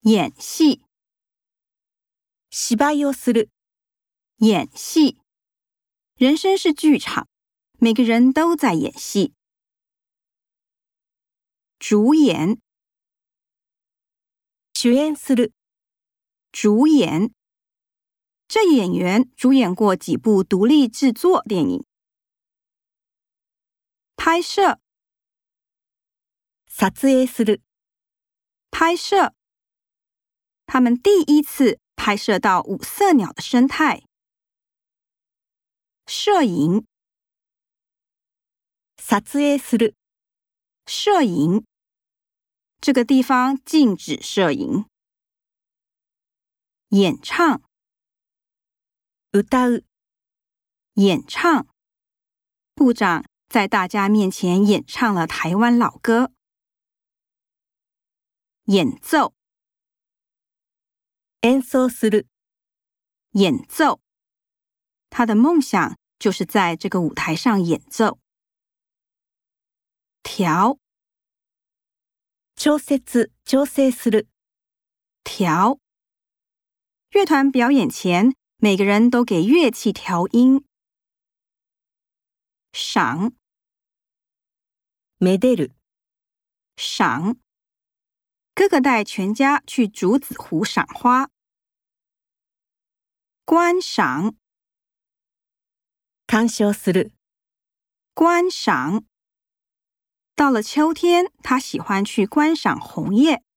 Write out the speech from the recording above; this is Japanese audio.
演戏。 芝居をする。 演戏。人生是剧场，每个人都在演戏。主演。 主演する。 主演。这演员主演过几部独立制作电影。拍摄。 撮影する。 拍摄。他们第一次拍摄到五色鸟的生态。摄影。 撮影する。 摄影。这个地方禁止摄影。演唱。 歌う。 演唱。部长在大家面前演唱了台湾老歌。演奏。 演奏する。 演奏。他的梦想就是在这个舞台上演奏。調。 調節、調整する。 調。乐团表演前，每个人都给乐器调音。赏。 めでる。 赏。哥哥带全家去竹子湖赏花。观赏。 鑑賞する。 观赏。到了秋天，他喜欢去观赏红叶。